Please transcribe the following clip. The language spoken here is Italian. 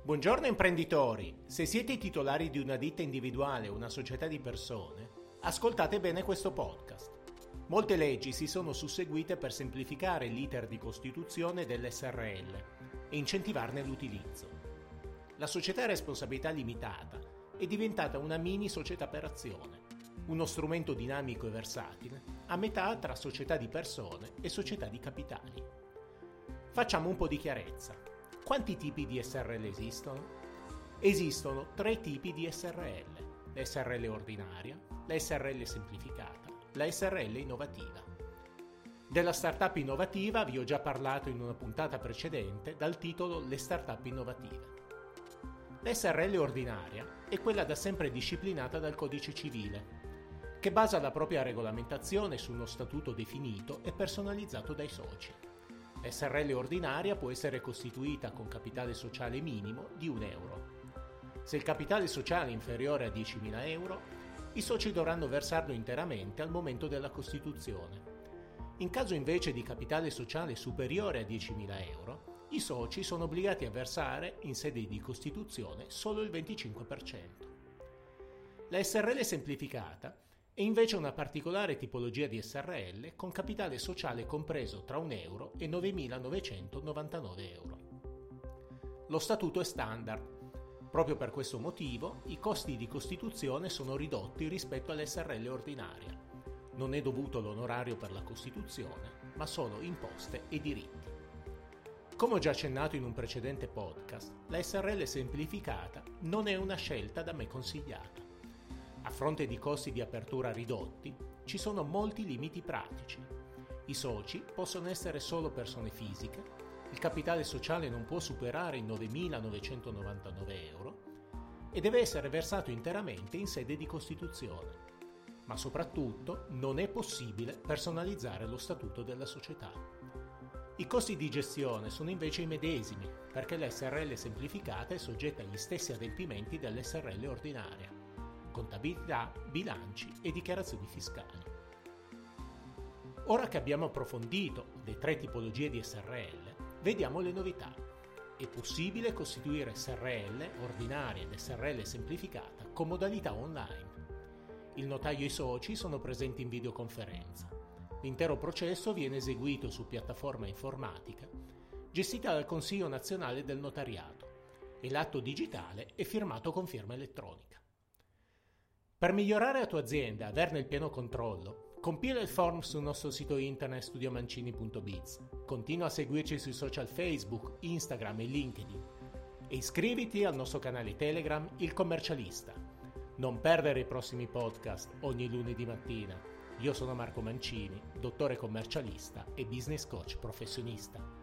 Buongiorno imprenditori! Se siete titolari di una ditta individuale o una società di persone, ascoltate bene questo podcast. Molte leggi si sono susseguite per semplificare l'iter di costituzione dell'SRL e incentivarne l'utilizzo. La società a responsabilità limitata è diventata una mini società per azione, uno strumento dinamico e versatile a metà tra società di persone e società di capitali. Facciamo un po' di chiarezza. Quanti tipi di SRL esistono? Esistono 3 tipi di SRL: la SRL ordinaria, la SRL semplificata, la SRL innovativa. Della startup innovativa vi ho già parlato in una puntata precedente dal titolo Le startup innovative. La SRL ordinaria è quella da sempre disciplinata dal Codice Civile, che basa la propria regolamentazione su uno statuto definito e personalizzato dai soci. La SRL ordinaria può essere costituita con capitale sociale minimo di €1. Se il capitale sociale è inferiore a 10.000 euro, i soci dovranno versarlo interamente al momento della costituzione. In caso invece di capitale sociale superiore a 10.000 euro, i soci sono obbligati a versare in sede di costituzione solo il 25%. La SRL semplificata è invece una particolare tipologia di SRL con capitale sociale compreso tra €1 e 9.999 euro. Lo statuto è standard. Proprio per questo motivo i costi di costituzione sono ridotti rispetto all'SRL ordinaria. Non è dovuto l'onorario per la costituzione, ma solo imposte e diritti. Come ho già accennato in un precedente podcast, la SRL semplificata non è una scelta da me consigliata. A fronte di costi di apertura ridotti, ci sono molti limiti pratici. I soci possono essere solo persone fisiche, il capitale sociale non può superare i 9.999 euro e deve essere versato interamente in sede di costituzione. Ma soprattutto non è possibile personalizzare lo statuto della società. I costi di gestione sono invece i medesimi, perché la SRL semplificata è soggetta agli stessi adempimenti dell'SRL ordinaria: contabilità, bilanci e dichiarazioni fiscali. Ora che abbiamo approfondito le 3 tipologie di SRL, vediamo le novità. È possibile costituire SRL ordinaria ed SRL semplificata con modalità online. Il notaio e i soci sono presenti in videoconferenza. L'intero processo viene eseguito su piattaforma informatica gestita dal Consiglio Nazionale del Notariato e l'atto digitale è firmato con firma elettronica. Per migliorare la tua azienda e averne il pieno controllo, compila il form sul nostro sito internet studiomancini.biz, continua a seguirci sui social Facebook, Instagram e LinkedIn e iscriviti al nostro canale Telegram Il Commercialista. Non perdere i prossimi podcast ogni lunedì mattina. Io sono Marco Mancini, dottore commercialista e business coach professionista.